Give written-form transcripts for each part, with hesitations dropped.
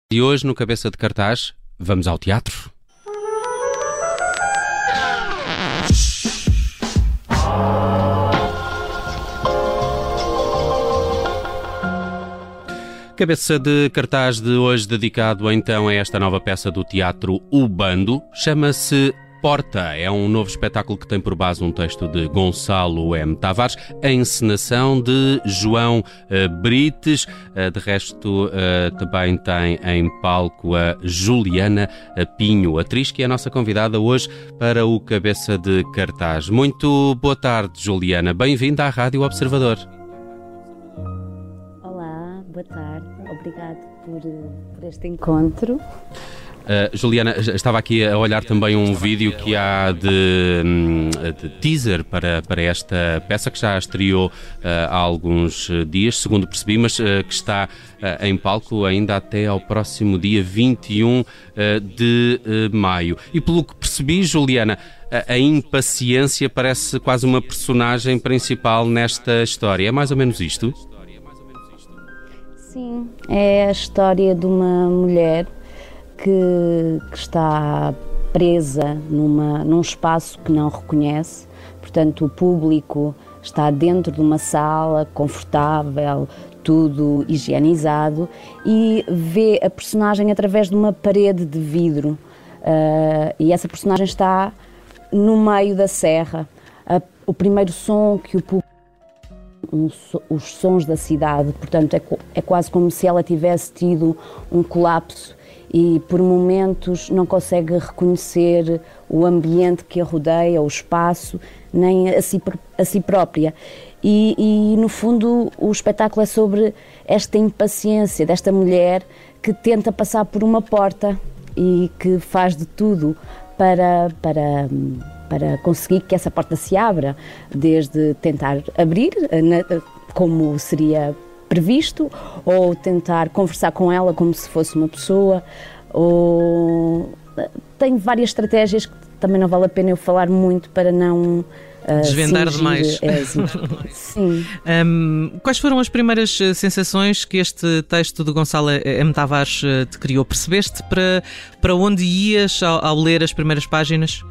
E hoje, no Cabeça de Cartaz, vamos ao teatro. Cabeça de Cartaz de hoje dedicado então a esta nova peça do teatro O Bando. Chama-se Porta. É um novo espetáculo que tem por base um texto de Gonçalo M. Tavares, a encenação de João Brites. De resto, também tem em palco a Juliana Pinho, atriz que é a nossa convidada hoje para o Cabeça de Cartaz. Muito boa tarde, Juliana. Bem-vinda à Rádio Observador. Olá, boa tarde. Obrigado por este encontro. Juliana, estava aqui a olhar também um vídeo que há de teaser para esta peça que já estreou há alguns dias, segundo percebi, mas que está em palco ainda até ao próximo dia 21 de maio. E pelo que percebi, Juliana, a impaciência parece quase uma personagem principal nesta história. É mais ou menos isto? Sim, é a história de uma mulher que está presa num espaço que não reconhece. Portanto, o público está dentro de uma sala confortável, tudo higienizado, e vê a personagem através de uma parede de vidro. E essa personagem está no meio da serra. O primeiro som que o público... os sons da cidade, portanto é quase como se ela tivesse tido um colapso e por momentos não consegue reconhecer o ambiente que a rodeia, o espaço, nem a si própria. E no fundo o espetáculo é sobre esta impaciência desta mulher que tenta passar por uma porta e que faz de tudo para conseguir que essa porta se abra, desde tentar abrir, como seria previsto, ou tentar conversar com ela como se fosse uma pessoa, ou... Tem várias estratégias que também não vale a pena eu falar muito para não... desvendar demais. Sim. Quais foram as primeiras sensações que este texto de Gonçalo M. Tavares te criou? Percebeste para onde ias ao ler as primeiras páginas?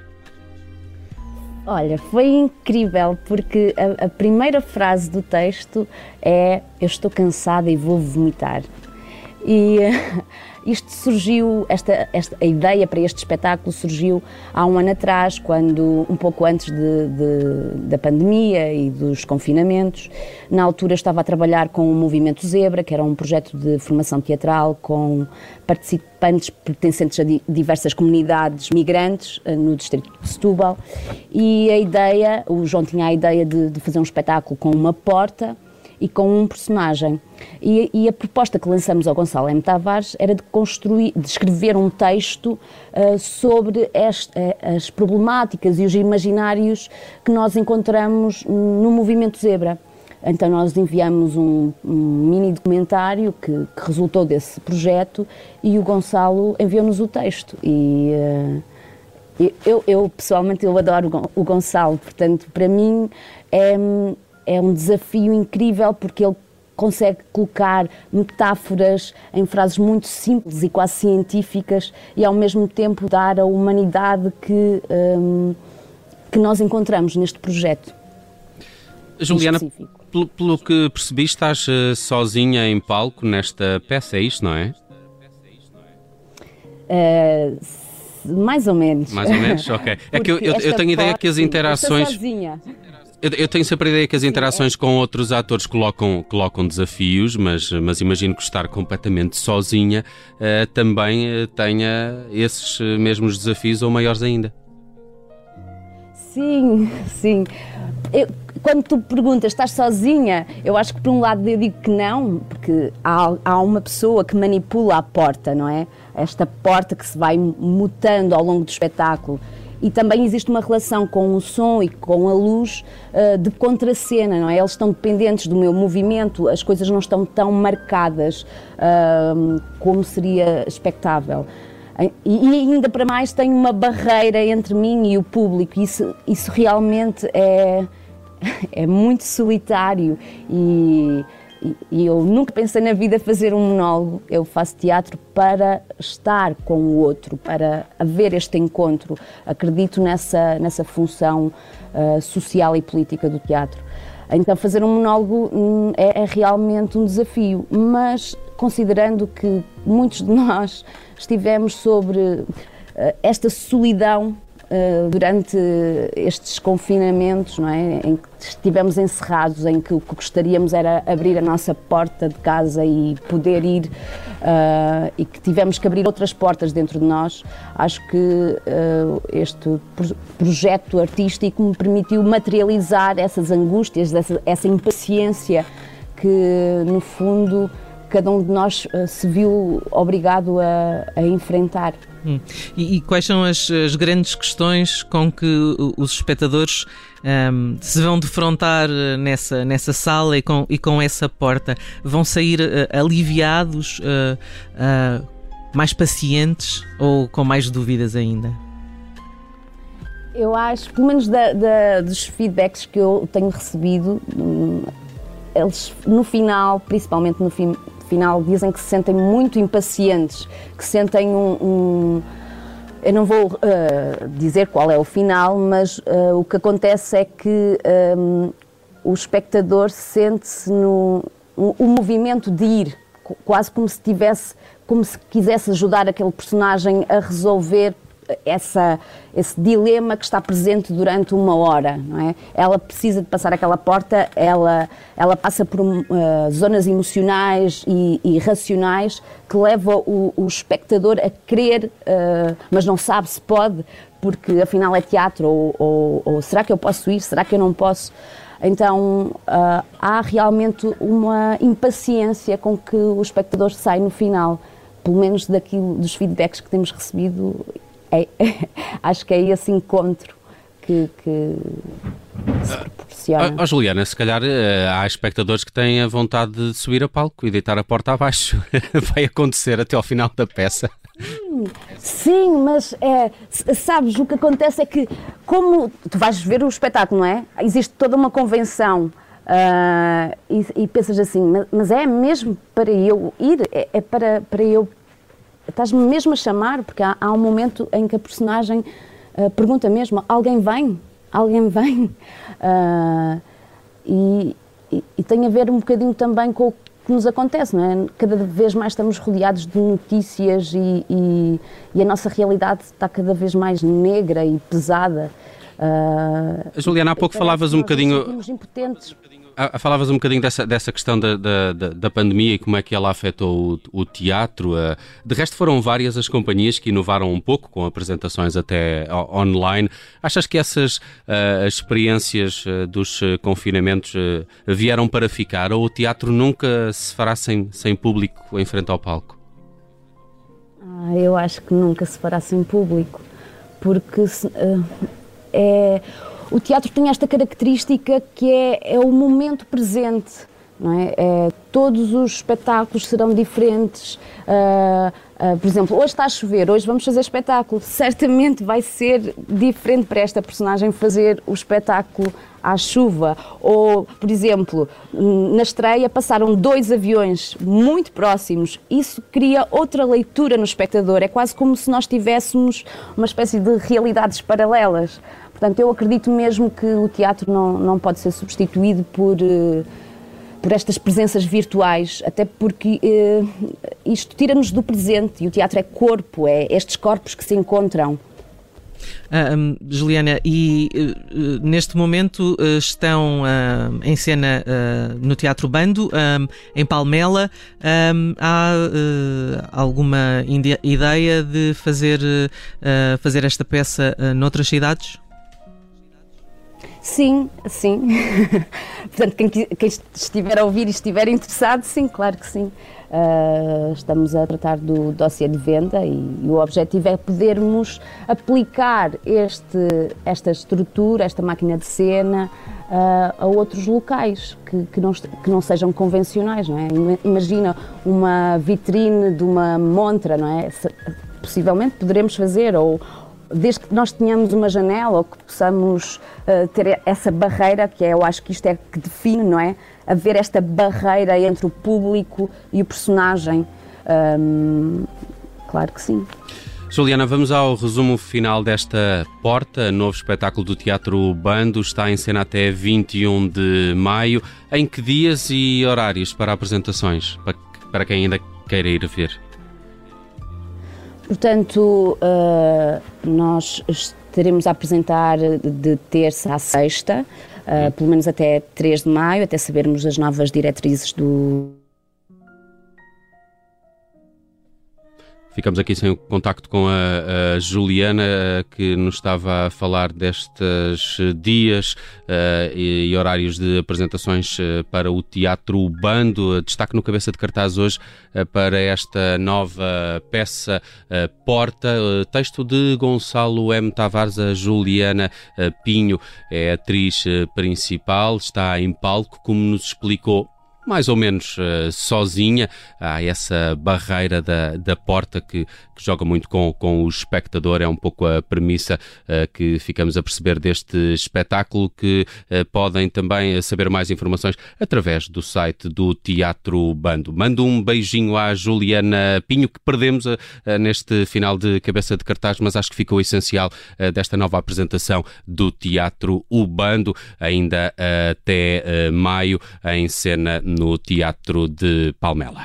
Olha, foi incrível porque a primeira frase do texto é: eu estou cansada e vou vomitar. E isto surgiu, a ideia para este espetáculo surgiu há um ano atrás, quando, um pouco antes da pandemia e dos confinamentos. Na altura estava a trabalhar com o Movimento Zebra, que era um projeto de formação teatral com participantes pertencentes a diversas comunidades migrantes no distrito de Setúbal. E a ideia, o João tinha a ideia de fazer um espetáculo com uma porta e com um personagem. E a proposta que lançamos ao Gonçalo M. Tavares era de escrever um texto sobre as problemáticas e os imaginários que nós encontramos no Movimento Zebra. Então nós enviamos um mini documentário que resultou desse projeto e o Gonçalo enviou-nos o texto. E eu pessoalmente adoro o Gonçalo, portanto para mim é um desafio incrível porque ele consegue colocar metáforas em frases muito simples e quase científicas e ao mesmo tempo dar a humanidade que nós encontramos neste projeto. Juliana, pelo que percebi, estás sozinha em palco nesta peça, é isto, não é? Mais ou menos. Mais ou menos? Ok. É que eu tenho a ideia que as interações... Eu estou sozinha. Eu tenho sempre a ideia que as interações com outros atores colocam desafios, mas imagino que estar completamente sozinha também tenha esses mesmos desafios ou maiores ainda. Sim, sim. Quando tu perguntas, estás sozinha? Eu acho que por um lado eu digo que não, porque há uma pessoa que manipula a porta, não é? Esta porta que se vai mutando ao longo do espetáculo. E também existe uma relação com o som e com a luz de contracena, não é? Eles estão dependentes do meu movimento, as coisas não estão tão marcadas como seria expectável. E ainda para mais tem uma barreira entre mim e o público, isso realmente é muito solitário e e eu nunca pensei na vida fazer um monólogo. Eu faço teatro para estar com o outro, para haver este encontro. Acredito nessa função social e política do teatro. Então fazer um monólogo é realmente um desafio, mas considerando que muitos de nós estivemos sobre esta solidão durante estes confinamentos, não é? Em que estivemos encerrados, em que o que gostaríamos era abrir a nossa porta de casa e poder ir, e que tivemos que abrir outras portas dentro de nós, acho que este projeto artístico me permitiu materializar essas angústias, essa impaciência que, no fundo, cada um de nós se viu obrigado a enfrentar. E quais são as grandes questões com que os espectadores se vão defrontar nessa sala e com essa porta? Vão sair aliviados, mais pacientes ou com mais dúvidas ainda? Eu acho, pelo menos dos feedbacks que eu tenho recebido, eles no final, principalmente no final, dizem que se sentem muito impacientes, que sentem eu não vou dizer qual é o final, mas o que acontece é que o espectador sente-se no movimento de ir, quase como se quisesse ajudar aquele personagem a resolver esse dilema que está presente durante uma hora, não é? Ela precisa de passar aquela porta, ela passa por zonas emocionais e racionais que levam o espectador a querer, mas não sabe se pode, porque afinal é teatro, ou será que eu posso ir, será que eu não posso? Então há realmente uma impaciência com que o espectador sai no final, pelo menos dos feedbacks que temos recebido. Acho que é esse encontro que se proporciona. Juliana, se calhar há espectadores que têm a vontade de subir a palco e deitar a porta abaixo. Vai acontecer até ao final da peça. Sim, mas sabes, o que acontece é que, como tu vais ver o espetáculo, não é? Existe toda uma convenção e pensas assim, mas é mesmo para eu ir? É para eu... Estás-me mesmo a chamar? Porque há um momento em que a personagem pergunta mesmo, alguém vem? Alguém vem? E tem a ver um bocadinho também com o que nos acontece, não é? Cada vez mais estamos rodeados de notícias e a nossa realidade está cada vez mais negra e pesada. Juliana, há pouco falavas um bocadinho... impotentes. Falavas um bocadinho dessa questão da pandemia e como é que ela afetou o teatro. De resto, foram várias as companhias que inovaram um pouco, com apresentações até online. Achas que essas experiências dos confinamentos vieram para ficar, ou o teatro nunca se fará sem público em frente ao palco? Eu acho que nunca se fará sem público, porque o teatro tem esta característica que é o momento presente, não é? Todos os espetáculos serão diferentes. Por exemplo, hoje está a chover, hoje vamos fazer espetáculo. Certamente vai ser diferente para esta personagem fazer o espetáculo à chuva. Ou, por exemplo, na estreia passaram 2 aviões muito próximos. Isso cria outra leitura no espectador. É quase como se nós tivéssemos uma espécie de realidades paralelas. Portanto, eu acredito mesmo que o teatro não pode ser substituído por estas presenças virtuais, até porque isto tira-nos do presente e o teatro é corpo, é estes corpos que se encontram. Juliana, e neste momento estão em cena no Teatro Bando, em Palmela. Há alguma ideia de fazer esta peça noutras cidades? Sim. Portanto, quem estiver a ouvir e estiver interessado, sim, claro que sim. Estamos a tratar do dossiê de venda e o objetivo é podermos aplicar esta estrutura, esta máquina de cena a outros locais que não sejam convencionais, não é? Imagina uma vitrine de uma montra, não é? Possivelmente poderemos fazer, ou desde que nós tenhamos uma janela ou que possamos ter essa barreira, que eu acho que isto é que define, não é? haver esta barreira entre o público e o personagem. Claro que sim. Juliana, vamos ao resumo final desta Porta, novo espetáculo do Teatro Bando. Está em cena até 21 de maio. Em que dias e horários para apresentações, para quem ainda queira ir ver? Portanto, nós estaremos a apresentar de terça à sexta, pelo menos até 3 de maio, até sabermos as novas diretrizes do... Ficamos aqui sem o contacto com a Juliana, que nos estava a falar destes dias e horários de apresentações para o Teatro Bando. Destaque no cabeça de cartaz hoje para esta nova peça Porta, texto de Gonçalo M. Tavares. A Juliana Pinho é a atriz principal, está em palco, como nos explicou, mais ou menos sozinha. Há essa barreira da porta que joga muito com o espectador. É um pouco a premissa que ficamos a perceber deste espetáculo, que podem também saber mais informações através do site do Teatro Bando. Mando um beijinho à Juliana Pinho, que perdemos neste final de cabeça de cartaz, mas acho que ficou o essencial desta nova apresentação do Teatro Bando, ainda até maio, em cena no Teatro de Palmela.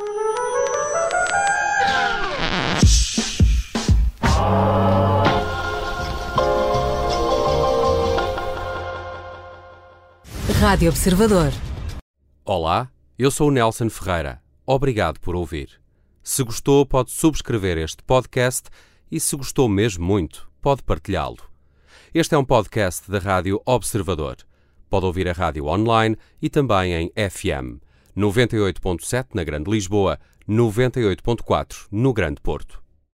Rádio Observador. Olá, eu sou o Nelson Ferreira. Obrigado por ouvir. Se gostou, pode subscrever este podcast e, se gostou mesmo muito, pode partilhá-lo. Este é um podcast da Rádio Observador. Pode ouvir a rádio online e também em FM 98.7 na Grande Lisboa, 98.4 no Grande Porto.